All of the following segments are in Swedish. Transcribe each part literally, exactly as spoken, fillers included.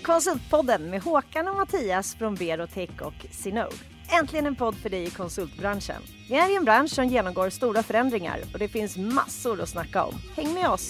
Konsultpodden med Håkan och Mattias från Berotech och Zinode. Äntligen en podd för dig i konsultbranschen. Vi är i en bransch som genomgår stora förändringar och det finns massor att snacka om. Häng med oss!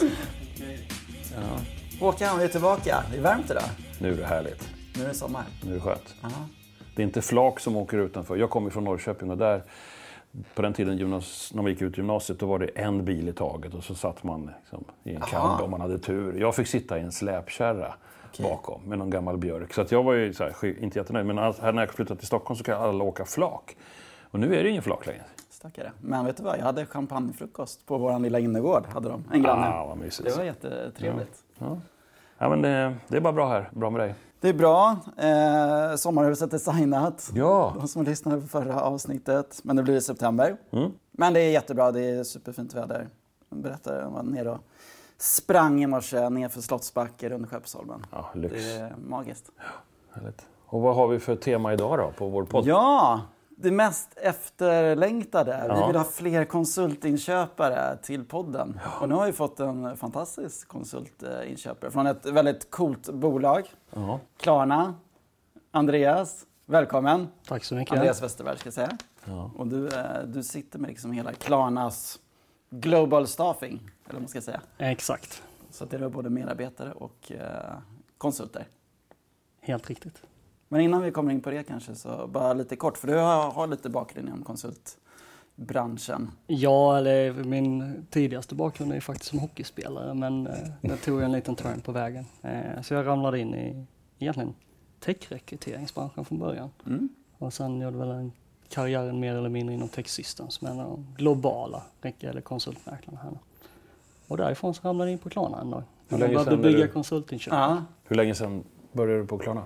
Ja. Håkan, vi är tillbaka. Det är varmt idag. Nu är det härligt. Nu är det sommar. Nu är det skönt. Aha. Det är inte flak som åker utanför. Jag kommer från Norrköping och där, på den tiden gymnas, när man gick ut gymnasiet, då var det en bil i taget och så satt man liksom i en kamp om man hade tur. Jag fick sitta i en släpkärra okay. bakom med någon gammal björk. Så att jag var ju så här, inte jättenöjd. Men här när jag flyttade till Stockholm så kan alla åka flak. Och nu är det ingen flak längre. Stackare. Men vet du vad, jag hade champagnefrukost på vår lilla innergård. Hade de. En granne. Ah, vad mysigt. Det var jättetrevligt. Ja, ja. ja men det, det är bara bra här. Bra med dig. Det är bra. Eh, sommarhuset är signat. Ja. De som lyssnade på förra avsnittet. Men det blir i september. Mm. Men det är jättebra. Det är superfint väder. Jag berättade om jag var nere och sprang i morse ner för Slottsbacken under Skeppsholmen. Ja, lyx. Det är magiskt. Ja, härligt. Och vad har vi för tema idag då på vår podd? Ja, det mest efterlängtade. Ja. Vi vill ha fler konsultinköpare till podden. Ja. Och nu har vi fått en fantastisk konsultinköpare från ett väldigt coolt bolag. Ja. Klarna. Andreas, välkommen. Tack så mycket. Andreas Westerberg ska jag säga. Ja. Och du, du sitter med liksom hela Klarnas global staffing, eller vad man ska säga. Exakt. Så det är både medarbetare och eh, konsulter. Helt riktigt. Men innan vi kommer in på det kanske så bara lite kort, för du har, har lite bakgrund inom konsultbranschen. Ja, eller min tidigaste bakgrund är faktiskt som hockeyspelare, men eh, jag tog en liten turn på vägen. Eh, så jag ramlade in i egentligen tech-rekryteringsbranschen från början. Mm. Och sen gjorde väl en karriär mer eller mindre inom Tech Systems med de globala eller konsultmäklarna här. Och därifrån så ramlade jag in på Klarna en dag. Jag började bygga du... konsultinköp. Ja. Hur länge sedan började du på Klarna?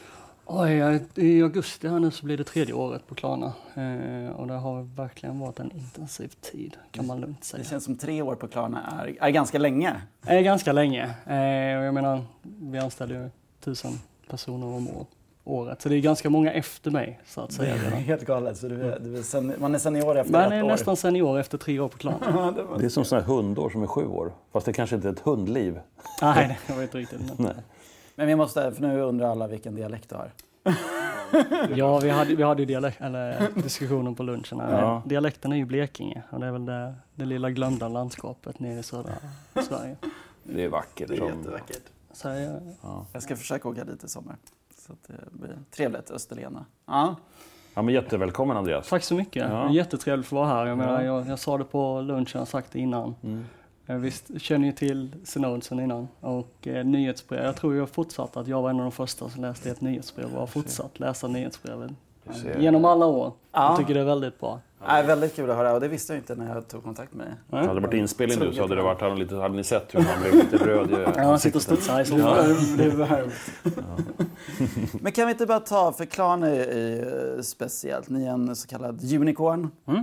Oj, i augusti här nu så blir det tredje året på Klarna. Eh, och det har verkligen varit en intensiv tid, kan man lugnt säga. Det känns som tre år på Klarna är, är ganska länge. Är ganska länge. Eh, och jag menar, vi anställer ju tusen personer om år, året. Så det är ganska många efter mig, så att säga. Det är helt galet. Så du är, du är sen, man är senior efter man ett år. Man är nästan senior efter tre år på Klarna. det, det är som sådana här hundår som är sju år. Fast det kanske inte är ett hundliv. Nej, det var inte riktigt. Nej. Men vi måste, för nu undrar alla vilken dialekt du har. Ja, vi hade, vi hade ju dialekt, eller diskussionen på lunchen. Ja. Dialekten är ju Blekinge och det är väl det, det lilla glömda landskapet nere i södra Sverige. Det är vackert. Det är som... jättevackert. Så jag, ja. jag ska försöka åka dit i sommar. Så att det blir trevligt, Österlena. Ja. Ja, men jättevälkommen Andreas. Tack så mycket. Ja. Det är jättetrevligt att vara här. Jag, menar, jag, jag sa det på lunchen, jag har sagt det innan. Mm. Jag visst, känner ju till Zinode sen innan och eh, nyhetsbrev. Jag tror jag fortsatt att jag var en av de första som läste ett nyhetsbrev och har fortsatt läsa nyhetsbreven genom alla år. Ja. Jag tycker det är väldigt bra. Ja, väldigt kul att höra och det visste jag inte när jag tog kontakt med dig. Ja. Hade det varit inspelning nu så hade det varit, hade, lite, hade ni sett hur man blev lite röd? Ja, man sitter och studsar i soffan. Det är varmt. Ja. Men kan vi inte bara ta, för Klarna är speciellt. Ni är en så kallad unicorn. Mm.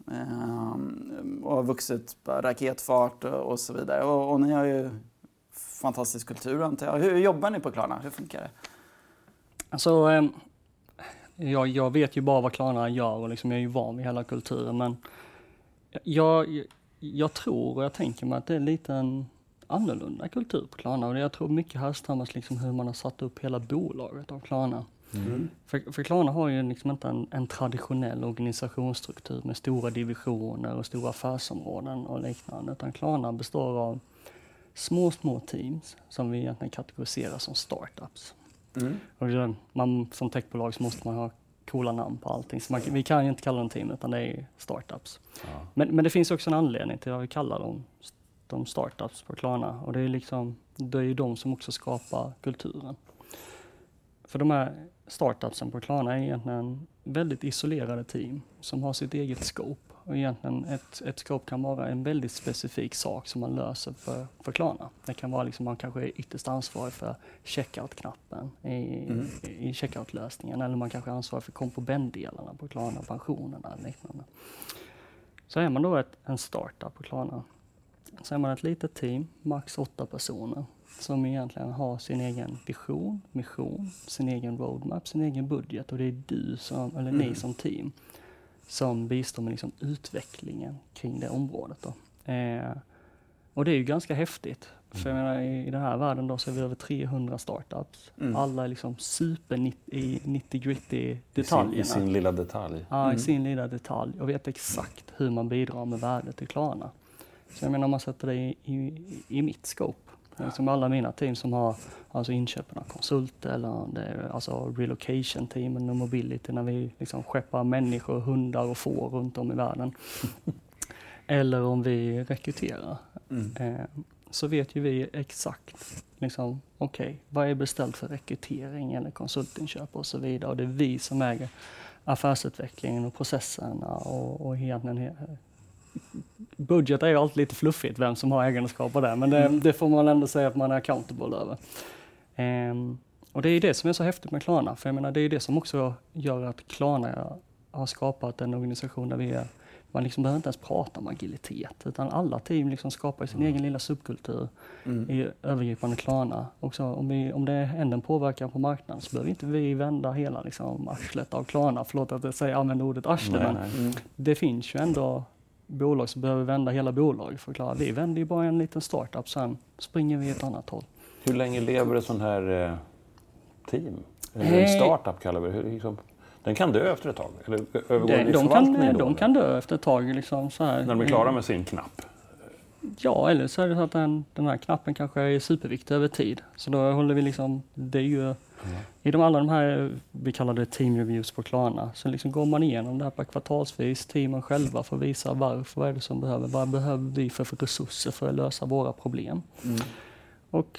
Um, och har vuxit på raketfart och, och så vidare. Och, och ni har ju fantastisk kultur, antar jag. Hur jobbar ni på Klarna? Hur funkar det? Alltså, um, jag, jag vet ju bara vad Klarna gör och liksom jag är ju van vid hela kulturen. Men jag, jag tror och jag tänker mig att det är lite en annorlunda kultur på Klarna. Och jag tror mycket härstammas liksom hur man har satt upp hela bolaget av Klarna. Mm. För, för Klarna har ju liksom inte en, en traditionell organisationsstruktur med stora divisioner och stora affärsområden och liknande. Utan Klarna består av små, små teams som vi egentligen kategoriserar som startups. Mm. Och man, som techbolag så måste man ha coola namn på allting. Så man, vi kan ju inte kalla dem team utan det är startups. Ja. Men, men det finns också en anledning till att vi kallar dem de startups på Klarna. Och det är, liksom, det är ju de som också skapar kulturen. För de här startupsen på Klarna är egentligen väldigt isolerade team som har sitt eget scope. Och egentligen ett, ett scope kan vara en väldigt specifik sak som man löser för, för Klarna. Det kan vara liksom man kanske är ytterst ansvarig för checkout-knappen i, mm. i, i checkout-lösningen. Eller man kanske är ansvarig för komponentdelarna på Klarna, pensionerna eller liknande. Så är man då ett, en startup på Klarna. Så är man ett litet team, max åtta personer. Som egentligen har sin egen vision, mission, sin egen roadmap, sin egen budget. Och det är du som, eller mm. ni som team som bistår med liksom utvecklingen kring det området. Då. Eh, Och det är ju ganska häftigt. För jag menar, i, i den här världen då så är vi över trehundra startups. Mm. Alla är liksom super nitty-gritty detaljerna. I sin, I sin lilla detalj. Ja, mm. i sin lilla detalj. Och vet exakt hur man bidrar med värde till Klarna. Så jag menar, om man sätter det i, i, i mitt scope. Som alla mina team som har alltså inköpen av konsulter eller det är alltså relocation team eller mobility när vi liksom skeppar människor, hundar och får runt om i världen. Eller om vi rekryterar. Mm. Eh, så vet ju vi exakt liksom, okej, okay, vad är beställt för rekrytering eller konsultinköp och så vidare. Och det är vi som äger affärsutvecklingen och processerna och, och egentligen budget är ju alltid lite fluffigt, vem som har ägandeskap på det, men det, det får man ändå säga att man är accountable över. Um, och det är det som är så häftigt med Klarna, för jag menar det är det som också gör att Klarna har skapat en organisation där vi är, man liksom behöver inte ens prata om agilitet, utan alla team liksom skapar sin mm. egen lilla subkultur mm. i övergripande Klarna. Och så om, vi, om det händer en påverkan på marknaden så behöver inte vi vända hela liksom, arslet av Klarna, förlåt att jag säger använder ordet arsle, men mm. det finns ju ändå bolag som behöver vända hela bolaget för att klara. Vi vänder ju bara en liten startup, sen springer vi ett annat håll. Hur länge lever ett sån här eh, team? Eller en startup kallar vi det. Hur, liksom, den kan dö efter ett tag? Eller övergår det, i de, kan, de då, kan dö efter ett tag. Liksom, så här. När de är klara med sin knapp? Ja, eller så är det så att den, den här knappen kanske är superviktig över tid. Så då håller vi liksom, det är ju mm. i de alla de här, vi kallar det team reviews på Klarna, så liksom går man igenom det här på kvartalsvis, teamen själva får visa varför, vad är det som behöver, vad behöver vi för, för resurser för att lösa våra problem. Mm. Och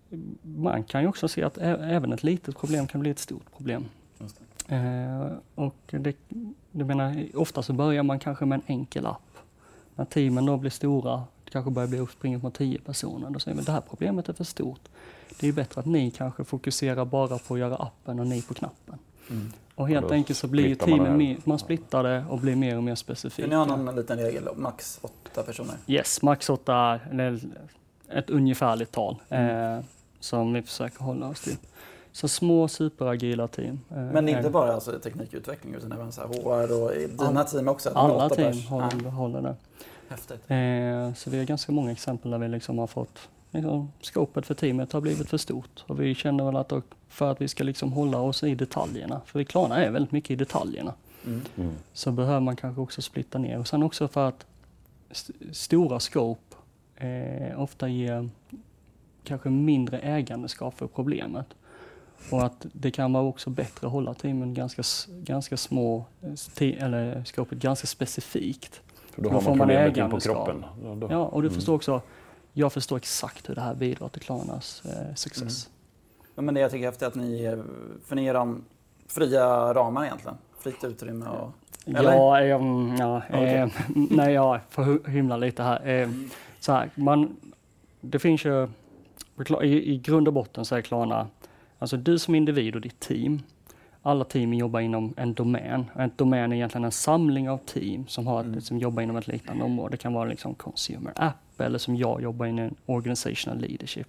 man kan ju också se att ä- även ett litet problem kan bli ett stort problem. Just det. Eh, och det, det menar, ofta så börjar man kanske med en enkel app. När teamen då blir stora, det kanske börjar bli uppspringet mot tio personer, då säger man det här problemet är för stort. Det är bättre att ni kanske fokuserar bara på att göra appen och ni på knappen. Mm. Och helt och enkelt så blir teamen man, mer, man splittar det och blir mer och mer specifika. Ni har någon liten regel, max åtta personer? Yes, max åtta, eller ett ungefärligt tal mm. eh, som vi försöker hålla oss till. Så små superagila team. Eh, Men inte är, bara alltså teknikutveckling utan även så här H R och dina all, team också? Alla team håller, ah. håller det. Häftigt. Eh, så vi har ganska många exempel där vi liksom har fått liksom, skopet för teamet har blivit för stort. Och vi känner väl att då, för att vi ska liksom hålla oss i detaljerna, för vi Klarna är väldigt mycket i detaljerna, mm. Mm. så behöver man kanske också splitta ner. Och sen också för att st- stora scope eh, ofta ger kanske mindre ägandeskap för problemet. Och att det kan vara också bättre att hålla teamen ganska, ganska små, te- eller skopet ganska specifikt. För då, då har man problemet in på kroppen. Ja, då. ja och du mm. förstår också, jag förstår exakt hur det här bidrar till Klarnas eh, success. Mm. Ja, men det jag tycker är häftigt är att ni, för ni ger dem fria ramar egentligen, fritt utrymme och... Eller? Ja, eh, ja okay. eh, nej, jag får hymla lite här. Eh, mm. så här man, det finns ju, i, i grund och botten så är Klarna, alltså du som individ och ditt team, alla team jobbar inom en domän. En domän är egentligen en samling av team som, har, mm. som jobbar inom ett liknande område. Det kan vara liksom consumer app eller som jag jobbar inom organizational leadership.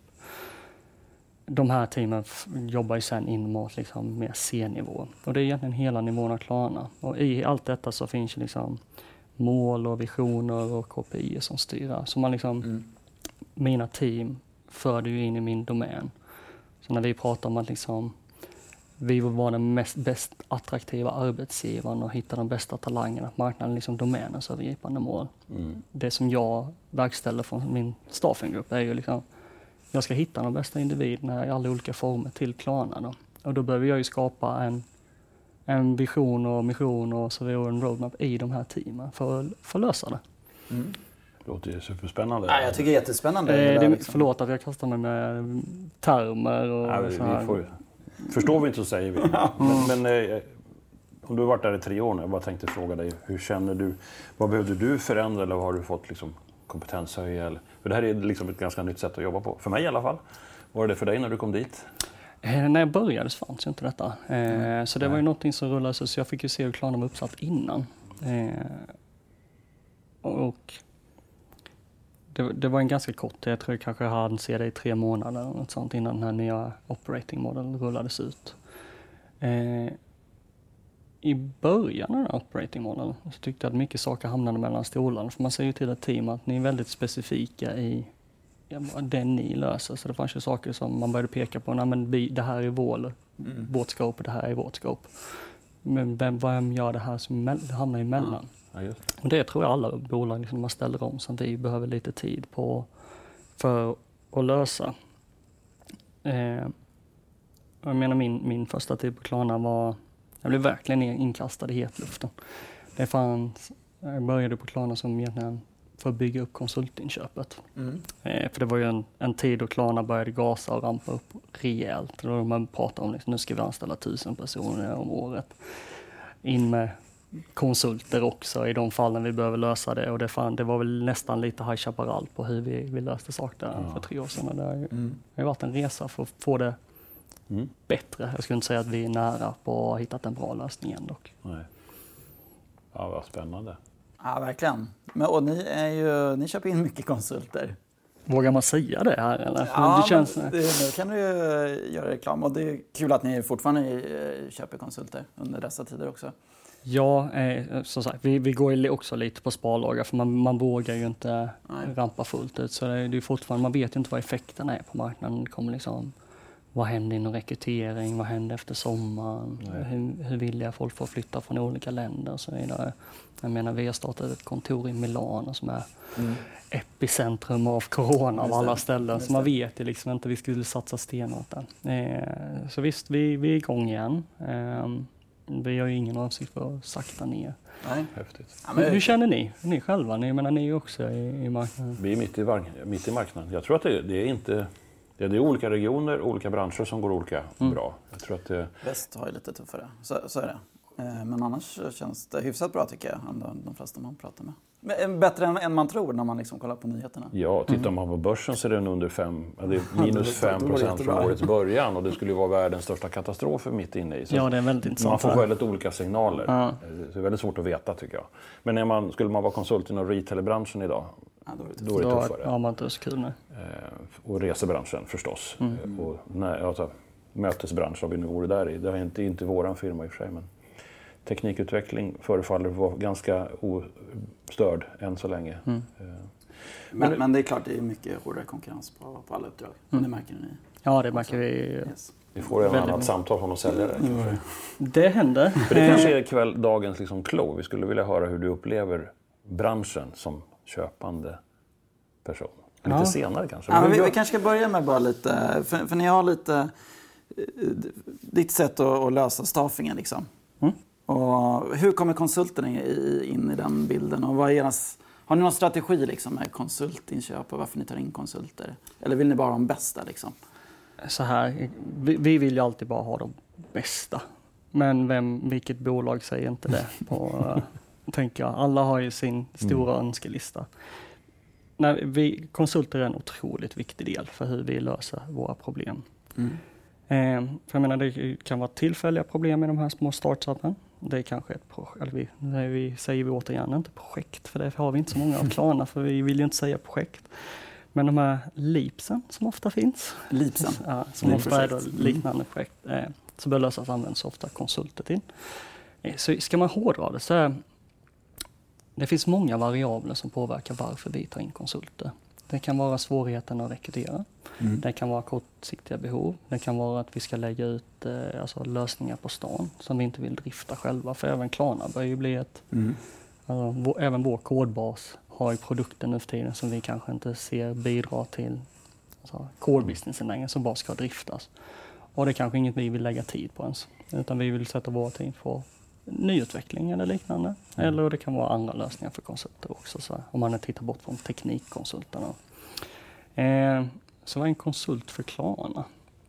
De här teamen f- jobbar ju sen in mot liksom mer C-nivå. Och det är egentligen hela nivån av Klarna. Och i allt detta så finns det liksom mål och visioner och K P I som styr. Så man liksom, mm. mina team för det ju in i min domän. Så när vi pratar om att liksom vi vill vara den mest, bäst attraktiva arbetsgivaren och hitta de bästa talangerna på marknaden, liksom domänens övergripande mål. Mm. Det som jag verkställer från min staffinggrupp är ju liksom, jag ska hitta de bästa individerna i alla olika former till Klarna då. Och då behöver jag ju skapa en, en vision och mission och så vidare, en roadmap i de här teamen för, för att lösa det. Mm. Det låter ju superspännande. Ja, jag tycker det är jättespännande. Eh, det det, liksom. Förlåt att jag kastar mig med termer och ja, vi, så här. Vi får, förstår vi inte så säger vi. Men, men eh, om du har varit där i tre år nu, jag bara tänkte fråga dig, hur känner du, vad behövde du förändra eller vad har du fått liksom, kompetenshöja? Eller, för det här är liksom ett ganska nytt sätt att jobba på, för mig i alla fall. Vad var det för dig när du kom dit? Eh, när jag började så fanns ju inte detta. Eh, mm. Så det var ju någonting som rullade så jag fick ju se hur Klarna var uppsatt innan. Eh, och det, det var en ganska kort, jag tror jag kanske jag hann se det i tre månader eller något sånt innan den här nya operating modellen rullades ut. Eh, i början av den operating modellen så tyckte jag att mycket saker hamnade mellan stolarna. För man säger ju till ett team att ni är väldigt specifika i ja, den ni löser. Så det fanns ju saker som man började peka på. Nej, men vi, det här är vår, mm. vårt scope och det här är vårt scope. Men vem, vem gör det här som me- hamnar emellan? Ja, just det. Och det tror jag alla bolag liksom, man ställer om som vi behöver lite tid på för att lösa. Eh, jag menar min, min första tid på Klarna var, jag blev verkligen inkastad i hetluften. Det fanns, jag började på Klarna som egentligen för att bygga upp konsultinköpet. Mm. Eh, för det var ju en, en tid då Klarna började gasa och rampa upp rejält. Då man pratade om liksom, nu ska vi anställa tusen personer om året. In med konsulter också i de fallen vi behöver lösa det. Och det, fan, det var väl nästan lite High Chaparral på hur vi, vi löste saker där ja. för tre år sedan. Och det har ju mm. det har varit en resa för att få det mm. bättre. Jag skulle inte säga att vi är nära på att ha hittat en bra lösning än dock. Nej. Ja, vad spännande. Ja, verkligen. Men, och ni, är ju, ni köper in mycket konsulter. Vågar man säga det här? Eller? Ja, det känns... men det, nu kan du ju göra reklam. Och det är kul att ni fortfarande köper konsulter under dessa tider också. Ja, eh, som sagt, vi, vi går ju också lite på sparlagar för man, man vågar ju inte Nej. rampa fullt ut. Så det är, det är fortfarande, man vet ju inte vad effekten är på marknaden. Det kommer liksom, vad händer inom rekrytering? Vad händer efter sommaren? Hur, hur villiga folk får flytta från olika länder och så vidare. Jag menar, vi har startat ett kontor i Milano som är mm. epicentrum av corona av alla ställen. Så man vet ju liksom inte, vi skulle satsa stenhårt där. Eh, så visst, vi, vi är igång igen. Eh, vi har ju ingen avsikt för att sakta ner. Nej. Häftigt. Ja, men... hur, hur känner ni? Ni själva? Ni, menar, ni är ju också i, i marknaden. Vi är mitt i, mitt i marknaden. Jag tror att det, det är inte... Det är olika regioner, olika branscher som går olika mm. bra. Jag tror att det... Väst har ju lite tuffare, så, så är det. Men annars känns det hyfsat bra tycker jag, de flesta man pratar med. Men bättre än, än man tror när man liksom kollar på nyheterna. Ja, tittar man på börsen så är den under fem, det är minus fem procent från årets början. Och det skulle ju vara världens största katastrof mitt inne i. Så ja, det är väldigt intressant. Man får väldigt olika signaler. Ja. Det är väldigt svårt att veta tycker jag. Men när man, skulle man vara konsult inom retailbranschen idag, ja, då är det, då är det tuffare. Ja, man inte så kul nu. Och resebranschen förstås. Mm. Och när, alltså, mötesbranschen, vi nu vore där i. Det är inte, inte våran firma i och för sig, men teknikutveckling förefaller vara ganska ostörd än så länge. Mm. Men, men, men det är klart det är mycket hårdare konkurrens på, på alla uppdrag. Mm. Det märker ni? Ja, det märker vi. Yes. Vi får även annat samtal från oss säljare. Mm. Det händer. För det kanske är kväll, dagens liksom klow. Vi skulle vilja höra hur du upplever branschen som köpande person. Lite ja. senare kanske. Ja, vi, vi kanske ska börja med bara lite, för, för ni har lite ditt sätt att, att lösa staffingen liksom. Mm. Och hur kommer konsulterna in i den bilden? Och vad är eras, har ni någon strategi liksom med konsultinköp och varför ni tar in konsulter? Eller vill ni bara ha de bästa liksom? Så här, vi, vi vill ju alltid bara ha de bästa. Men vem, vilket bolag säger inte det? På, tänker jag. Alla har ju sin stora mm. önskelista. Nej, vi, konsulter är en otroligt viktig del för hur vi löser våra problem. Mm. Eh, för jag menar, det kan vara tillfälliga problem i de här små startupen. Det är kanske ett projekt, eller vi, vi säger vi återigen inte projekt, för det har vi inte så många av Klarna, för vi vill ju inte säga projekt. Men de här leapsen som ofta finns, leapsen. Ja, som Leap ofta är då liknande projekt, eh, som bör lösas används ofta konsulter till. Eh, så ska man hårdra det så är, det finns många variabler som påverkar varför vi tar in konsulter. Det kan vara svårigheten att rekrytera. Mm. Det kan vara kortsiktiga behov. Det kan vara att vi ska lägga ut eh, alltså lösningar på stan som vi inte vill drifta själva. För även Klarna bör ju bli ett... Mm. Alltså, vår, även vår kodbas har ju produkten nu för tiden som vi kanske inte ser bidra till alltså, core-businessen längre som bara ska driftas. Och det är kanske inget vi vill lägga tid på ens. Utan vi vill sätta vår tid på nyutveckling eller liknande. Mm. Eller det kan vara andra lösningar för konsulter också. Så här, om man tittar bort från teknikkonsulterna. Eh, så vad är en konsult för Klarna?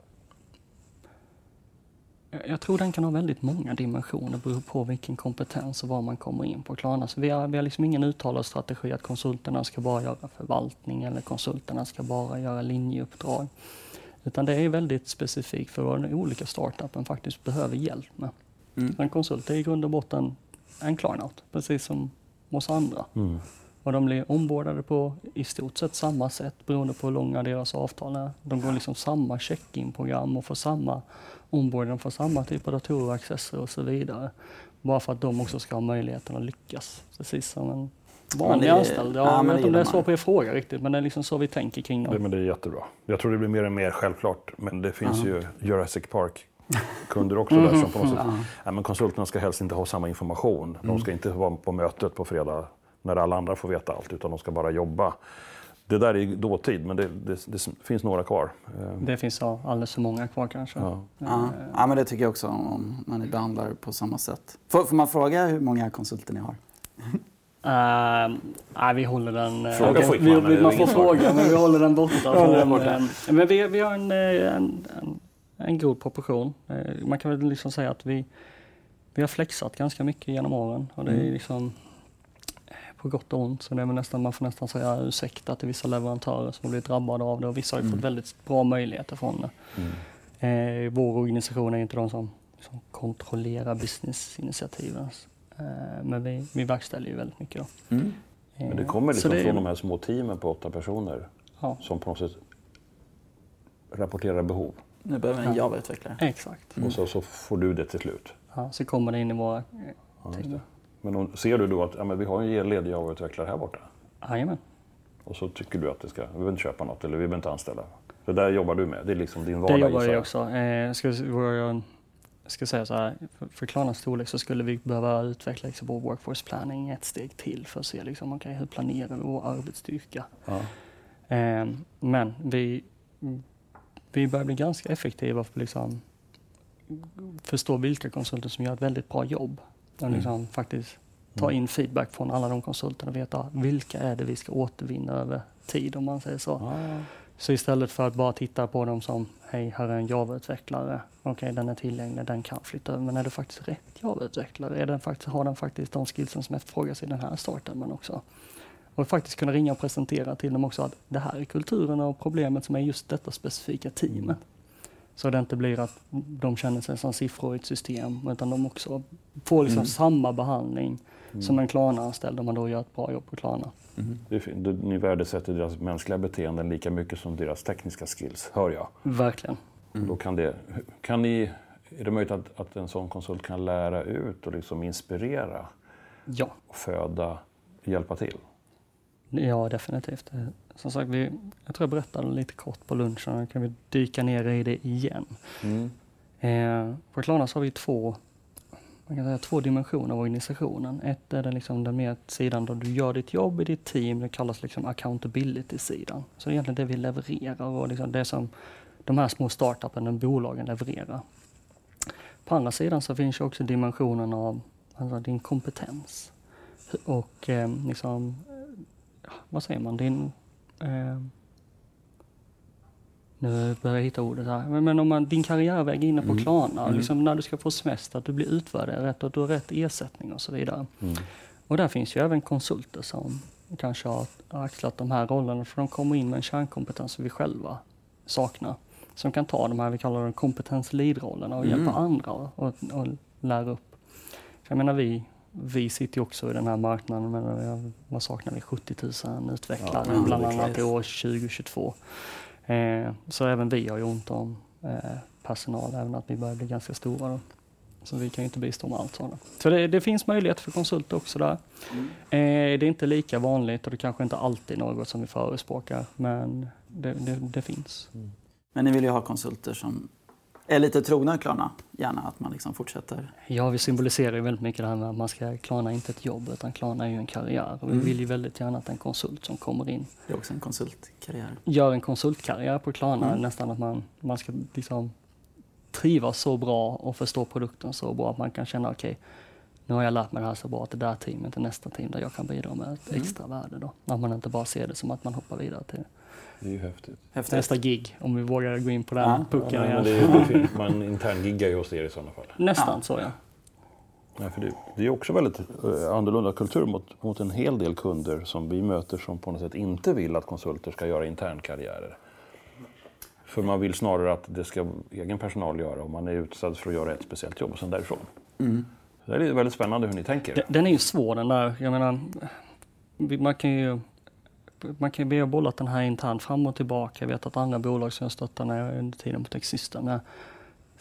Jag, jag tror den kan ha väldigt många dimensioner beroende på vilken kompetens och var man kommer in på Klarna. Så vi har, vi har liksom ingen uttalad strategi att konsulterna ska bara göra förvaltning eller konsulterna ska bara göra linjeuppdrag. Utan det är väldigt specifikt för vad den olika startupen faktiskt behöver hjälp med. Mm. En konsult är i grund och botten en Klarna-out, precis som oss andra. Mm. Och de blir ombordade på i stort sett samma sätt beroende på hur långa deras avtal är. De går liksom samma check-in-program och får samma ombordning, de får samma typ av datorer, accesser och så vidare. Bara för att de också ska ha möjligheten att lyckas. Precis som en vanlig det, anställd. Jag ja, vet inte om det är man. svar på er fråga riktigt, men det är liksom så vi tänker kring dem. Det, men det är jättebra. Jag tror det blir mer och mer självklart. Men det finns uh-huh. ju Jurassic Park-kunder också där som på något sätt... Uh-huh. Ja, men konsulterna ska helst inte ha samma information. Mm. De ska inte vara på mötet på fredag när alla andra får veta allt, utan de ska bara jobba. Det där är dåtid, men det, det, det finns några kvar. Det finns ja, alldeles för många kvar kanske. Ja. Ja. Ja, men det tycker jag också om man behandlar på samma sätt. Får, får man fråga hur många konsulter ni har? Uh, nej, vi håller den... Fråga okay, vi, vi, man får fråga, men vi håller den borta. håller den borta. Uh, men vi, vi har en, en, en, en god proportion. Uh, man kan väl liksom säga att vi, vi har flexat ganska mycket genom åren. Och det är liksom på gott och ont. Så det är nästan, man får nästan säga ursäkta till vissa leverantörer som har blivit drabbade av det. Och vissa har ju mm. fått väldigt bra möjligheter från det. Mm. Uh, vår organisation är inte de som, som kontrollerar businessinitiativen. Men vi, vi verkställer ju väldigt mycket då. Mm. Men det kommer liksom det, från de här små teamen på åtta personer ja. som på något sätt rapporterar behov. Nu behöver en Java-utvecklare. Exakt. Mm. Och så, så får du det till slut. Ja, så kommer det in i våra ja, team. Men om, ser du då att ja, men vi har en ledig Java-utvecklare här borta? Jajamän. Och så tycker du att det ska, vi vill inte köpa något eller vi vill inte anställa. Det där jobbar du med, det är liksom din vardag. Det jobbar jag också. Eh, ska jag ska säga så här, för, för Klarnas storlek så skulle vi behöva utveckla liksom vår workforce planning ett steg till för att se liksom, okay, hur planerar vi vår arbetsstyrka. Ja. Eh, men vi, vi börjar bli ganska effektiva för att liksom förstå vilka konsulter som gör ett väldigt bra jobb. Och liksom mm. faktiskt ta in feedback från alla de konsulterna och veta vilka är det vi ska återvinna över tid, om man säger så. Ja. Så istället för att bara titta på dem som, hej, här är en Java-utvecklare, okej, okay, den är tillgänglig, den kan flytta över, men är det faktiskt rätt Java-utvecklare? Är den faktiskt, har den faktiskt de skillsen som efterfrågas i den här starten, men också? Och faktiskt kunna ringa och presentera till dem också att det här är kulturen och problemet som är just detta specifika teamet. Så det inte blir att de känner sig som siffror i ett system, utan de också får liksom mm. samma behandling mm. som en Klarna-anställd om man då gör ett bra jobb på Klarna. Mm. Det är fint. Ni värdesätter deras mänskliga beteenden lika mycket som deras tekniska skills, hör jag. Verkligen. Mm. Då kan det, kan ni, är det möjligt att, att en sån konsult kan lära ut och liksom inspirera? Ja. Och föda, hjälpa till? Ja, definitivt. Som sagt, vi, jag tror jag berättade lite kort på lunchen, då kan vi dyka ner i det igen. Mm. Eh, på Klarna så har vi två, man kan säga, två dimensioner av organisationen. Ett är den, liksom, den mer sidan där du gör ditt jobb i ditt team, det kallas liksom accountability-sidan. Så det är egentligen det vi levererar och liksom det som de här små startupen och bolagen levererar. På andra sidan så finns ju också dimensionen av alltså din kompetens och eh, liksom, vad säger man, din eh, nu börjar jag hitta ordet här, men, men om man, din karriärväg inne på mm. Klarna, mm. liksom när du ska få semester, att du blir utvärderad rätt och att du har rätt ersättning och så vidare. Mm. Och där finns ju även konsulter som kanske har axlat de här rollerna, för de kommer in med en kärnkompetens som vi själva saknar. Som kan ta de här, vi kallar det kompetens-lead-rollerna och mm. hjälpa andra och, och, och lära upp. För jag menar, vi Vi sitter ju också i den här marknaden, men vad saknar vi? sjuttio tusen utvecklare, ja, bland annat i år tjugo tjugotvå. Eh, så även vi har ju ont om eh, personal, även att vi börjar bli ganska stora då. Så vi kan ju inte bistå med allt sådant. Så det, det finns möjlighet för konsulter också där. Mm. Eh, det är inte lika vanligt och det kanske inte alltid något som vi förespråkar, men det, det, det finns. Mm. Men ni vill ju ha konsulter som är lite trogna Klarna, gärna att man liksom fortsätter. Ja, vi symboliserar ju väldigt mycket det här med att man ska Klarna inte ett jobb, utan Klarna är ju en karriär. Och mm. vi vill ju väldigt gärna att en konsult som kommer in. Det är också en konsultkarriär. Gör en konsultkarriär på Klarna, mm. nästan att man, man ska liksom trivas så bra och förstå produkten så bra att man kan känna okej, okay, nu har jag lärt mig det här så bra att det där teamet är nästa team där jag kan bidra med ett mm. extra värde då. Att man inte bara ser det som att man hoppar vidare till det. Det är ju häftigt. häftigt. Nästa gig, om vi vågar gå in på den ja. pucken. Ja, men det är, det är, man intern giggar ju hos er i sådana fall. Nästan ja. så, ja. Nej, för det, det är också väldigt uh, annorlunda kultur mot, mot en hel del kunder som vi möter som på något sätt inte vill att konsulter ska göra internkarriärer. För man vill snarare att det ska egen personal göra och man är utsatt för att göra ett speciellt jobb och sen därifrån. Mm. Det är väldigt spännande hur ni tänker. Den, den är ju svår den där. Jag menar, man kan ju Man kan ju ha bollat den här internt fram och tillbaka. Jag vet att andra bolag som jag stöttar när jag under tiden på Texsystem,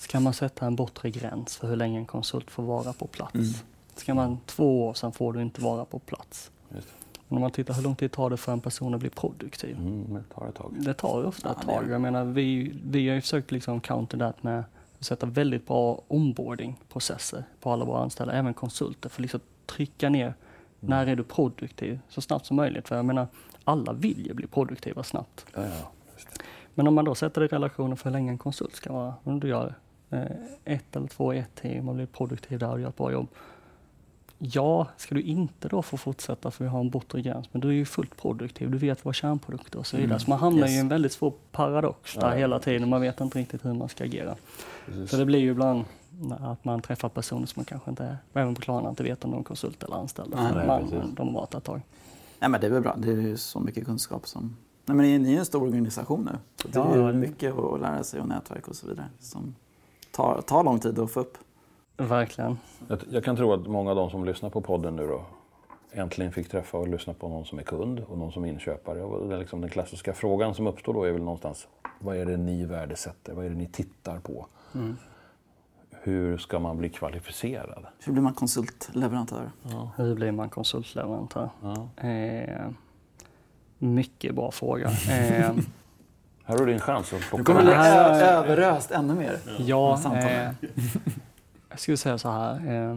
ska man sätta en bortre gräns för hur länge en konsult får vara på plats? Mm. Ska man två år sedan får du inte vara på plats. Just det. Men om man tittar hur lång tid tar det för en person att bli produktiv? Mm, det tar ett tag. Det tar ju ofta Ja, ett det är tag. det. Jag menar, vi, vi har ju försökt liksom counter that med att sätta väldigt bra onboarding-processer på alla våra anställda, även konsulter, för liksom trycka ner mm. när är du produktiv så snabbt som möjligt. För jag menar, alla vill ju bli produktiva snabbt. Ja, ja, just det. Men om man då sätter det i relationen för hur länge en konsult ska vara, om du gör eh, ett eller två i ett team och blir produktiv där och gör ett bra jobb. Ja, ska du inte då få fortsätta för vi har en bortre gräns, men du är ju fullt produktiv, du vet vad kärnprodukter och så vidare. Mm. Så man hamnar Yes. i en väldigt svår paradox där Ja, hela ja, tiden, man vet inte riktigt hur man ska agera. Precis. Så det blir ju ibland att man träffar personer som man kanske inte, även på Klarna, inte vet om de är konsult eller anställda. Nej, för nej, man, precis. de har varit ett tag. Nej, men det är väl bra. Det är ju så mycket kunskap som... Nej, men ni är en stor organisation nu. Så det Ja, är ja, ju det- mycket att lära sig och nätverk och så vidare. Som tar, tar lång tid att få upp. Verkligen. Jag, jag kan tro att många av de som lyssnar på podden nu då äntligen fick träffa och lyssna på någon som är kund och någon som är inköpare. Och det är liksom den klassiska frågan som uppstår då är väl någonstans, vad är det ni värdesätter? Vad är det ni tittar på? Mm. Hur ska man bli kvalificerad? Hur blir man konsultleverantör? Ja. Hur blir man konsultleverantör? Ja. Eh, mycket bra fråga. Eh, Här har du din chans att Du plocka kommer bli med. här- ö- överöst ännu mer. Ja, Samtal. eh, jag skulle säga så här. Eh,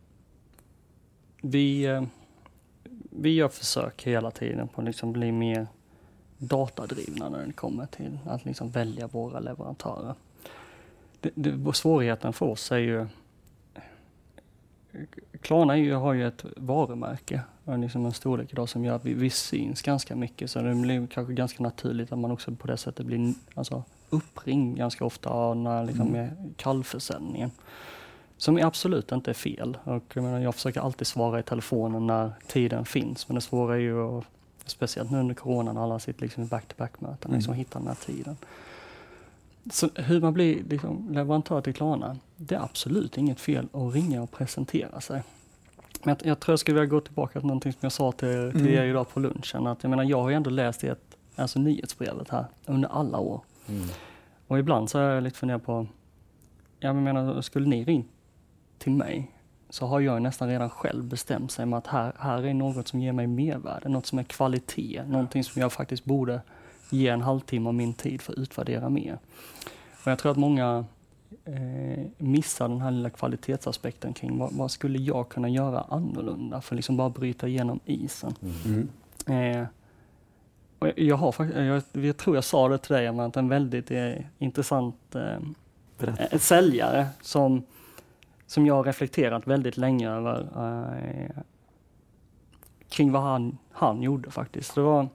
vi, eh, vi gör försök hela tiden på att liksom bli mer datadrivna när det kommer till att liksom välja våra leverantörer. Det, det, svårigheten för oss är ju... Klarna är ju, har ju ett varumärke och liksom en storlek idag som gör att vi, vi syns ganska mycket. Så det blir kanske ganska naturligt att man också på det sättet blir alltså, uppringd ganska ofta när, liksom, med kallförsäljningen. Som absolut inte är fel. Och jag, menar, jag försöker alltid svara i telefonen när tiden finns. Men det svåra är ju, att, speciellt nu under corona när alla sitter liksom i back-to-back-möten, mm. liksom hitta den här tiden. Så hur man blir liksom leverantör till Klarna, det är absolut inget fel att ringa och presentera sig. Men jag, jag tror jag skulle vilja gå tillbaka till någonting som jag sa till, till er idag på lunchen. Att jag menar, jag har ju ändå läst ert, alltså nyhetsbrevet här under alla år. Mm. Och ibland så är jag lite funderat på, jag menar, skulle ni ringa till mig så har jag nästan redan själv bestämt sig med att här, här är något som ger mig mervärde, något som är kvalitet, någonting som jag faktiskt borde ge en halvtimme av min tid för att utvärdera mer. Och jag tror att många eh, missar den här lilla kvalitetsaspekten kring vad, vad skulle jag kunna göra annorlunda för att liksom bara bryta igenom isen. Mm. Eh, och jag, jag, har, fakt- jag, jag tror jag sa det till dig, men att en väldigt eh, intressant eh, säljare som, som jag har reflekterat väldigt länge över eh, kring vad han, han gjorde faktiskt. Det var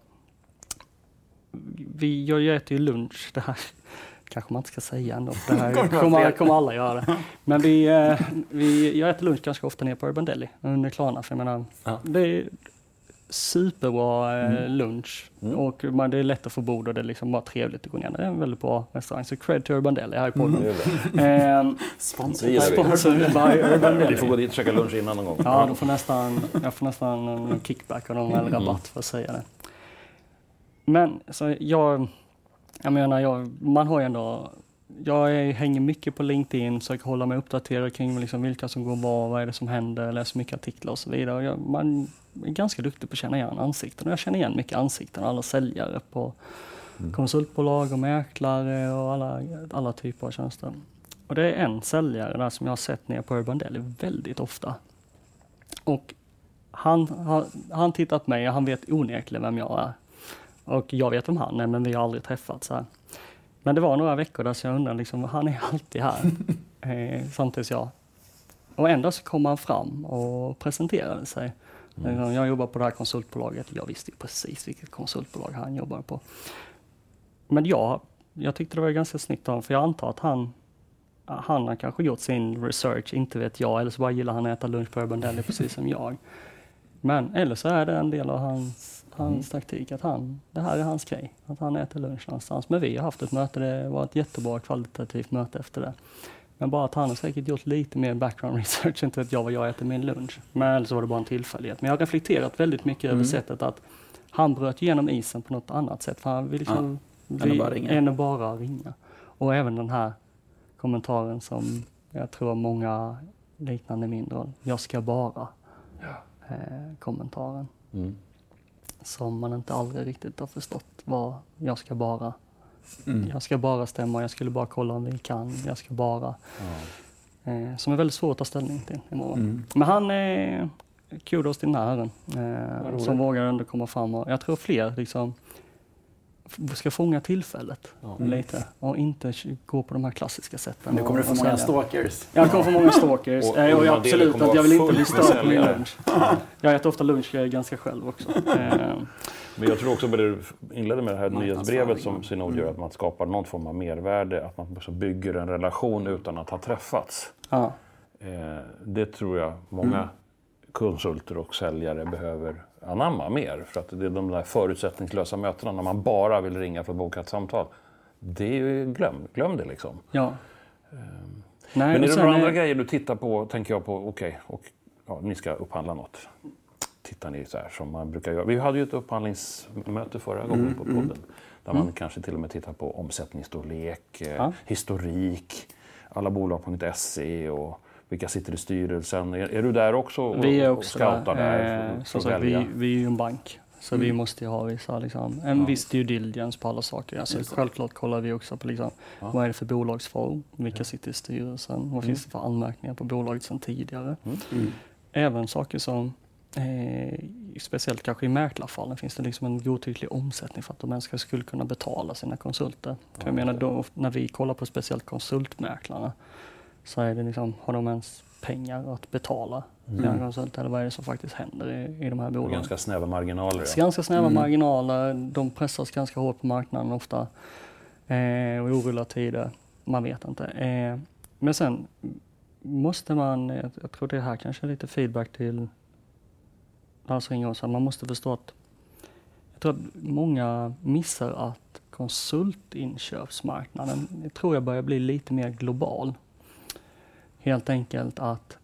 Vi, jag äter ju lunch, det här kanske man inte ska säga ändå, för det här kommer, kommer alla göra det. Men vi, eh, vi, jag äter lunch ganska ofta nere på Urban Deli under Klarna, för jag menar, Ja. det är superbra eh, Mm. lunch Mm. och man, det är lätt att få bord och det är liksom bara trevligt att gå ner. Det är en väldigt bra restaurang, så cred till Urban Deli här i podden. Det är bra. Mm. Sponsor. Det gillar vi. Sponsored by Urban Deli. Vi får gå dit och käka lunch innan någon gång. Ja, de får nästan, jag får nästan en kickback av dem, eller rabatt för att säga det. Men så jag, jag menar, jag, man har ju ändå, jag är, hänger mycket på LinkedIn, försöker hålla mig uppdaterad kring liksom vilka som går var, vad är det som händer, läser mycket artiklar och så vidare. Och jag, man är ganska duktig på att känna igen ansikten och jag känner igen mycket ansikten, alla säljare på mm. konsultbolag och mäklare och alla, alla typer av tjänster. Och det är en säljare där som jag har sett ner på Urban Deli väldigt ofta. Och han har han tittat på mig och han vet onekligen vem jag är. Och jag vet om han är, men vi har aldrig träffats här. Men det var några veckor där så jag undrar, liksom, han är alltid här. eh, samtidigt jag. Och ändå så kom han fram och presenterade sig. Mm. Jag jobbar på det här konsultbolaget. Jag visste ju precis vilket konsultbolag han jobbar på. Men jag, jag tyckte det var ganska snyggt av honom, för jag antar att han han har kanske gjort sin research, inte vet jag, eller så bara gillar han att äta lunch på Urban Deli precis som jag. Men eller så är det en del av hans, hans mm. taktik, att han, det här är hans grej, att han äter lunch någonstans. Men vi har haft ett möte, det var ett jättebra kvalitativt möte efter det. Men bara att han har säkert gjort lite mer background research, inte vet jag vad jag äter min lunch. Men eller så var det bara en tillfällighet. Men jag har reflekterat väldigt mycket mm. över sättet att han bröt igenom isen på något annat sätt. För han vill liksom, ja, än, att bara ringa. än att bara ringa. Och även den här kommentaren som jag tror många liknande min roll. Jag ska bara. Ja. Eh, kommentaren. Mm. Som man inte aldrig riktigt har förstått vad jag ska bara. Mm. Jag ska bara stämma, jag skulle bara kolla om vi kan. Jag ska bara. Ja. Eh, som är väldigt svårt att ta ställning till imorgon. Mm. Men han är kudos till den här herren. Eh, roligt. som vågar ändå komma fram. Och jag tror fler liksom f- ska fånga tillfället Ja. lite. Och inte k- gå på de här klassiska sätten. Nu kommer och, du få och många sälja. stalkers. Jag kommer få många stalkers. Och- Och, och och jag Mandela absolut kommer att jag vill vara inte bli fullt med störd på min säljare. lunch. Jag äter ofta lunch ganska själv också. Eh, Men jag tror också på det du inledde med det här nyhetsbrevet som Marknadsföring. Synod gör, att man skapar någon form av mervärde, att man också bygger en relation utan att ha träffats. ja. Eh, det tror jag många konsulter och säljare behöver anamma mer. För att det är de där förutsättningslösa mötena när man bara vill ringa för att boka ett samtal. Det är ju glöm, glöm det liksom. ja. Nej, Nej, men är och det sen några andra är- grejer du tittar på, tänker jag på, okej, och ja, ni ska upphandla något. Tittar ni så här som man brukar göra. Vi hade ju ett upphandlingsmöte förra gången på podden. Där man kanske till och med tittar på omsättningsstorlek, eh, Ja. historik, allabolag punkt se och vilka sitter i styrelsen. Är, är du där också och, Vi är och också scoutar där, där. för, Eh, för som att sagt, vi, välja? vi är ju en bank. Så vi måste ju ha vissa, liksom, en viss due diligence på alla saker. Alltså, Just det. självklart kollar vi också på liksom, Ja. vad är det för bolagsform, vilka sitter i styrelsen, vad finns det för anmärkningar på bolaget sedan tidigare. Mm. Även saker som, eh, speciellt kanske i mäklarfallen, finns det liksom en godtycklig omsättning för att de ens ska- skulle kunna betala sina konsulter. För jag menar, då, när vi kollar på speciellt konsultmäklarna så är det liksom, har de ens pengar att betala sina konsulter, eller vad är det som faktiskt händer i, i de här bolagen? Ganska snäva marginaler. Så Ja. ganska snäva Mm. marginaler, de pressas ganska hårt på marknaden ofta. Eh, och i oroliga tider, man vet inte. Eh, men sen måste man, jag, jag tror det här kanske är lite feedback till alla som ringer oss, här, man måste förstå att jag tror att många missar att konsultinköpsmarknaden, jag tror jag börjar bli lite mer global. Helt enkelt att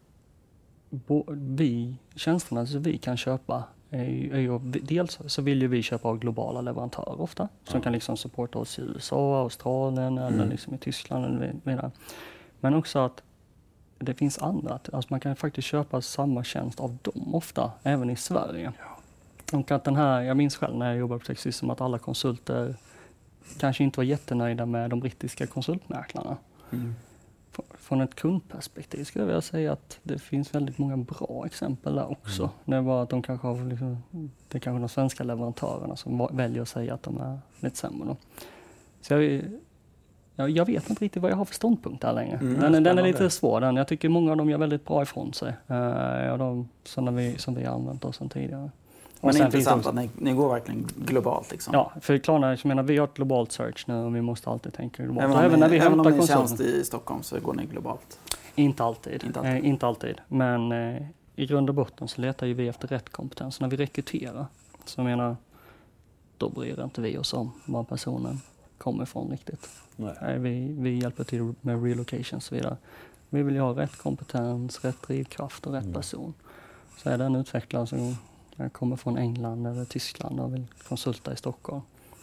bo, vi, tjänsterna som vi kan köpa, är ju, är ju, dels så vill ju vi köpa av globala leverantörer ofta, som kan liksom supporta oss i U S A, Australien eller liksom i Tyskland eller vidare. Men också att det finns andra, alltså man kan faktiskt köpa samma tjänst av dem ofta, även i Sverige. Och att den här, jag minns själv när jag jobbade på Texsystem att alla konsulter kanske inte var jättenöjda med de brittiska konsultmäklarna. Mm. Från ett kundperspektiv skulle jag vilja säga att det finns väldigt många bra exempel där också. Det var att de kanske har liksom, det är kanske de svenska leverantörerna som va- väljer att säga att de är lite sämre då. Så jag, jag, jag vet inte riktigt vad jag har för ståndpunkt där längre. Mm, den, den är spännande. lite svår den. Jag tycker många av dem gör väldigt bra ifrån sig. Uh, och de sådana vi, som vi har använt oss sedan tidigare. Och Men sen finns det intressant också- att ni, ni går verkligen globalt liksom. Ja, för Klarna, jag menar, vi har ett globalt search nu och vi måste alltid tänka globalt. Även Och om, även när vi ni, även om hämtar ni är konsulter. tjänst i Stockholm så går ni globalt. Inte alltid. Inte alltid. Eh, inte alltid. Men eh, i grund och botten så letar ju vi efter rätt kompetens. När vi rekryterar, så jag menar, då bryr inte vi oss om var personen kommer ifrån riktigt. Nej. Nej, vi, vi hjälper till med relocation och så vidare. Vi vill ju ha rätt kompetens, rätt drivkraft och rätt Mm. person. Så är det en utvecklare som kommer från England eller Tyskland och vill konsulta i Stockholm.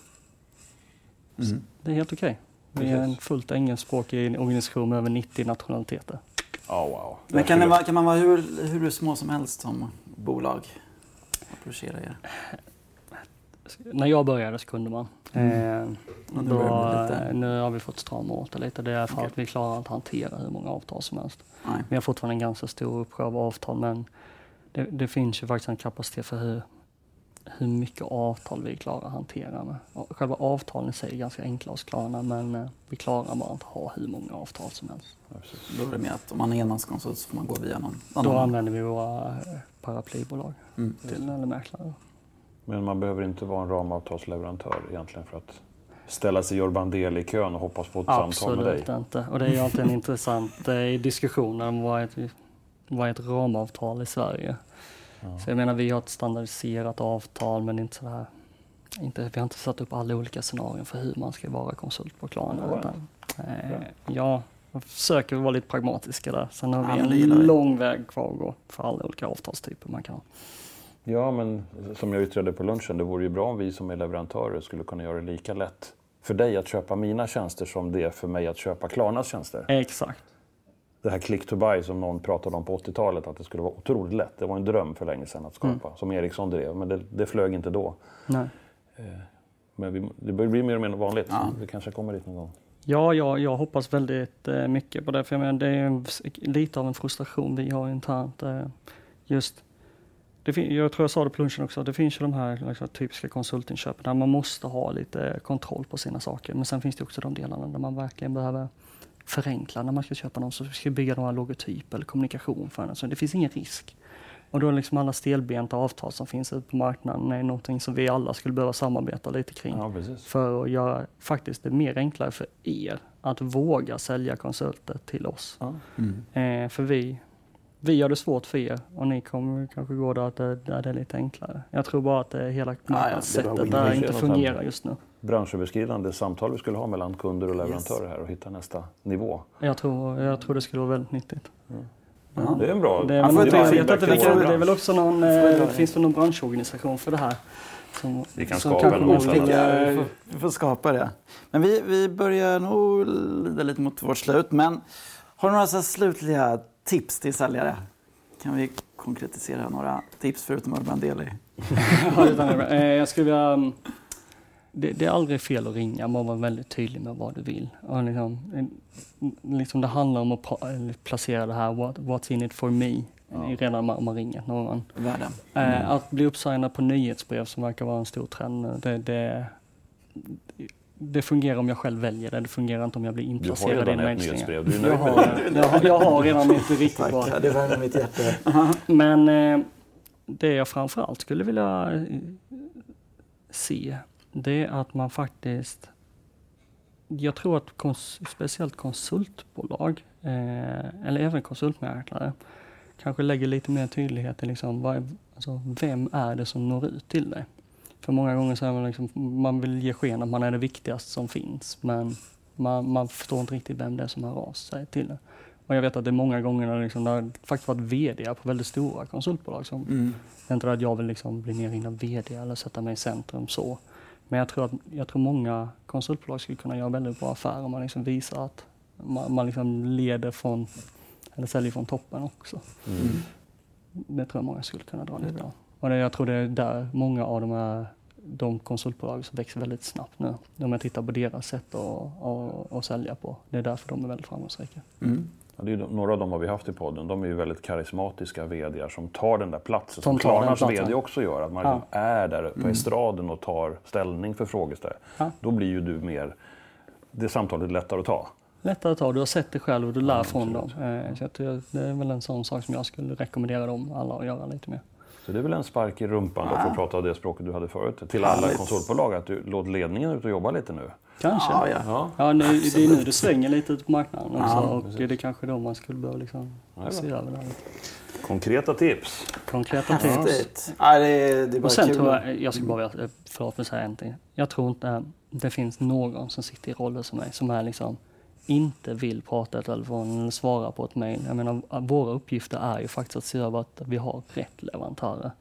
Mm. Det är helt okej. Vi är en fullt engelskspråkig organisation med över nittio nationaliteter. Ja, wow. Men kan, det vara, kan man vara hur, hur små som helst som bolag? Approchera er. När jag började så kunde man. Mm. Eh, Och nu då, börjar det bli lite- nu har vi fått strama åt det lite. Det är för Okej. att vi klarar att hantera hur många avtal som helst. Nej. Vi har fortfarande en ganska stor uppsjö av avtal, men det, det finns ju faktiskt en kapacitet för hur, hur mycket avtal vi klarar att hantera med. Och själva avtalen i sig är ganska enkla hos Klarna, men eh, vi klarar bara att ha hur många avtal som helst. Då är det mer att om man är enmanskonsult så får man gå via någon Då annan. använder vi våra eh, paraplybolag Mm. till, eller mäklare. Men man behöver inte vara en ramavtalsleverantör egentligen för att ställa sig i Urban Del i kön och hoppas på ett samtal med dig. Absolut inte. Och det är ju alltid en intressant eh, diskussion om vad är, ett, vad är ett ramavtal i Sverige. Ja. Så jag menar, vi har ett standardiserat avtal, men inte så här, inte, vi har inte satt upp alla olika scenarier för hur man ska vara konsult på Klarna. Ja. Utan, eh, ja, jag försöker vara lite pragmatiska där. Sen har Ja, men det vi gillar en vi. lång väg kvar att gå för alla olika avtalstyper man kan ha. Ja, men som jag yttrade på lunchen, det vore ju bra om vi som är leverantörer skulle kunna göra det lika lätt för dig att köpa mina tjänster som det är för mig att köpa Klarnas tjänster. Exakt. Det här click to buy som någon pratade om på åttiotalet, att det skulle vara otroligt lätt. Det var en dröm för länge sedan att skapa, mm. som Ericsson drev, men det, det flög inte då. Nej. Men vi, det börjar bli mer och mer vanligt, ja. Vi kanske kommer dit någon gång. Ja, jag, jag hoppas väldigt eh, mycket på det, för jag menar, det är en, lite av en frustration vi har internt. Eh, just, det fin- jag tror jag sa det på lunchen också, det finns ju de här liksom, typiska konsultinköpen där man måste ha lite kontroll på sina saker, men sen finns det också de delarna där man verkligen behöver förenkla när man ska köpa någon, så ska bygga några logotyp eller kommunikation för den, så det finns ingen risk. Och då är liksom alla stelbenta avtal som finns ute på marknaden är någonting som vi alla skulle behöva samarbeta lite kring. Ja, för att göra faktiskt det mer enklare för er att våga sälja konsulter till oss. Ja. Mm. Eh, för vi, vi gör det svårt för er och ni kommer kanske gå där att det, där det är lite enklare. Jag tror bara att det hela marknadssättet ah, ja, där inte fungerar just nu. Branschöverskridande samtal vi skulle ha mellan kunder och leverantörer yes. här och hitta nästa nivå. Jag tror, jag tror det skulle vara väldigt nyttigt. Mm. Ja, det är en bra... Det är, det, det, vet att det, kan, det är väl också någon, eh, finns det någon branschorganisation för det här? Som, vi kan som skapa något. Vi får, vi får skapa det. Men vi, vi börjar nog lida lite mot vårt slut. Men har du några så slutliga tips till säljare? Kan vi konkretisera några tips förutom Urban Deli? Jag skulle vilja... Det, det är aldrig fel att ringa, man var väldigt tydlig med vad du vill. Och liksom, liksom det handlar om att placera det här what, what's in it for me, ja. Redan om man ringer någon. Världen. Mm. Eh, att bli uppsignad på nyhetsbrev som verkar vara en stor trend nu, det, det, det fungerar om jag själv väljer det, det fungerar inte om jag blir inplacerad i en nyhetsbrev. Du är jag, har, jag, har, jag har redan mitt riktigt bra. Tack, det värmer mitt hjärta. Men eh, det jag framförallt skulle vilja se, det är att man faktiskt, jag tror att kons, speciellt konsultbolag, eh, eller även konsultmäklare, kanske lägger lite mer tydlighet i liksom, vad, alltså, vem är det som når ut till dig? För många gånger så är man liksom, man vill ge sken att man är det viktigaste som finns, men man, man förstår inte riktigt vem det är som hör av sig till det. Och jag vet att det är många gånger när liksom, det har faktiskt varit vd på väldigt stora konsultbolag som, mm. det är inte att jag vill liksom bli nerringd av vd eller sätta mig i centrum så. Men jag tror att jag tror många konsultbolag skulle kunna göra väldigt bra affärer om man liksom visar att man, man liksom leder från, eller säljer från toppen också. Mm. Det tror jag många skulle kunna dra nytta av. Och det, jag tror det är där många av de här de konsultbolag som växer väldigt snabbt nu. Om jag tittar på deras sätt att, att, att sälja på. Det är därför de är väldigt framgångsrika. Mm. Ja, det är, några av dem har vi haft i podden. De är ju väldigt karismatiska vd:ar som tar den där platsen. Som, som Klarnas vd också gör. Att man ja. är där på estraden och tar ställning för frågeställningar. Ja. Då blir ju du mer... Det samtalet är lättare att ta. Lättare att ta. Du har sett det själv och du lär ja, från dem. Eh, så det är väl en sån sak som jag skulle rekommendera dem alla att göra lite mer. Så det är väl en spark i rumpan då, för att prata av det språket du hade förut. Till alla konsultbolag att du låt ledningen ut och jobba lite nu. Kanske. Ja, ja. ja. ja nu, det är nu det svänger lite ut på marknaden också. Ja, och det är kanske då man skulle behöva liksom ja, se över det här lite. Konkreta tips. Konkreta tips. Ja, det är, det är bara och sen kul. tror jag, jag ska bara förlåt för att säga en ting. Jag tror inte det finns någon som sitter i roller som mig som är liksom inte vill prata i telefon eller svara på ett mejl. Jag menar, våra uppgifter är ju faktiskt att se över att vi har rätt leverantörer.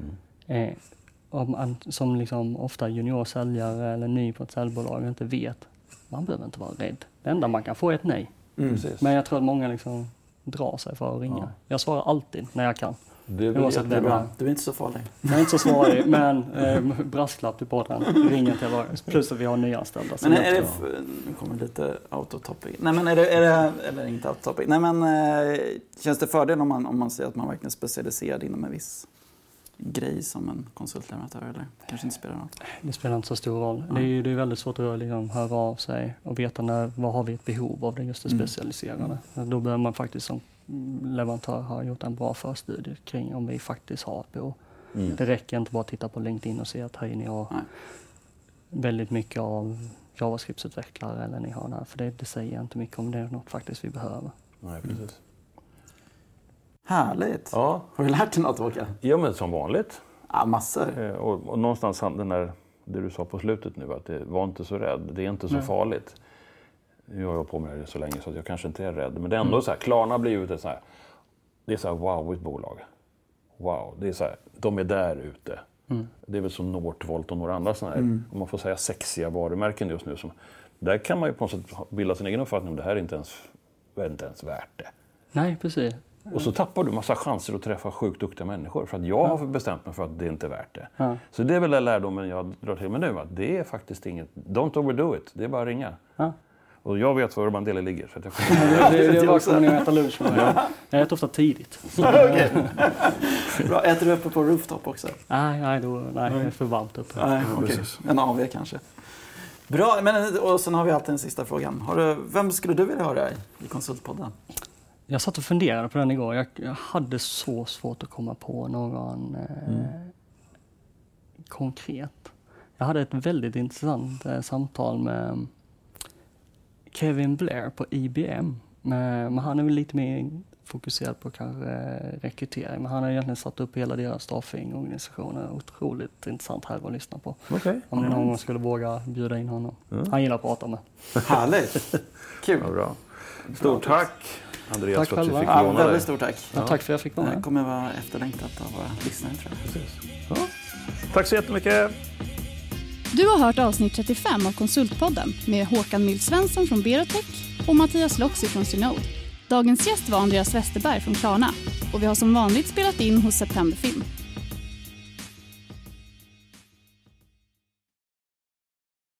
Mm. Eh, om man, som liksom ofta juniorsäljare eller ny på ett säljbolag inte vet, man behöver inte vara rädd. Det enda man kan få är ett nej. Mm. Men jag tror att många liksom drar sig för att ringa. Ja. Jag svarar alltid när jag kan. Det är jättebra. Du är inte så farlig. Jag är inte så farlig, men eh, brasklapp till podden. Ringa till var. Plus att vi har nyanställda. Men är det, nu kommer lite autotopic. Nej men är det, är det eller inte autotopic. Nej men eh, känns det fördel om man, om man säger att man verkligen är specialiserad inom en viss grej som en konsultleverantör eller kanske inte spelar något? Det spelar inte så stor roll. Ja. Det är ju det är väldigt svårt att liksom höra av sig och veta när, vad har vi ett behov av det just det specialiserade. Mm. Då behöver man faktiskt som leverantör ha gjort en bra förstudie kring om vi faktiskt har ett behov. Mm. Det räcker inte bara att titta på LinkedIn och se att här ni har Nej. väldigt mycket av JavaScript-utvecklare eller ni har det här. För det, det säger inte mycket om det är något faktiskt vi behöver. Nej, precis. Mm. Härligt. Ja. Har du lärt dig något, Åke? Ja, men som vanligt. Ja, massor. Eh, och, och någonstans den där, det du sa på slutet nu, att det var inte så rädd. Det är inte så Nej. farligt. Nu har jag på med det så länge så att jag kanske inte är rädd. Men det är ändå mm. så här, Klarna blir ju ett så här, det är så här wow, ett bolag. Wow, det är så här, de är där ute. Mm. Det är väl som Northvolt och några andra sådana här, mm. om man får säga sexiga varumärken just nu. Som, där kan man ju på något sätt bilda sin egen uppfattning om det här är inte ens, är inte ens värt det. Nej, precis. Och så tappar du massa chanser att träffa sjukt duktiga människor. För att jag har bestämt mig för att det inte är värt det. Ja. Så det är väl den lärdomen jag drar till mig nu. Att det är faktiskt inget, don't overdo it. Det är bara att ringa. Ja. Och jag vet var Urban Deli ligger. Så att jag kommer... det, det, det var som när jag äter lunch med mig. Jag äter ofta tidigt. Okay. Bra. Äter du uppe på rooftop också? Nej, nej, då, nej det är för varmt uppe. Nej, okay. En A V kanske. Bra, men och sen har vi alltid den sista frågan. Har du, vem skulle du vilja höra i Konsultpodden? Jag satt och funderade på den igår. Jag, jag hade så svårt att komma på någon eh, mm. konkret. Jag hade ett väldigt intressant eh, samtal med Kevin Blair på I B M. Men, men han är väl lite mer fokuserad på kanske rekrytering. Men han har egentligen satt upp hela deras staffing-organisationer. Otroligt intressant här att lyssna på. Okay. Om ni någon gång skulle våga bjuda in honom. Mm. Han gillar att prata med. Härligt. Kul. Ja, bra. Stort tack. Andreas, tack för att du fick ja, låna väldigt dig. Stort tack. Ja, tack för att jag fick vara med. Det kommer vara efterlängtat av våra lyssnare, tror jag. Precis. Ja. Tack så jättemycket. Du har hört avsnitt trettiofem av Konsultpodden med Håkan Mild-Svensson från Berotech och Mattias Loxi från Synode. Dagens gäst var Andreas Westerberg från Klarna och vi har som vanligt spelat in hos September Film.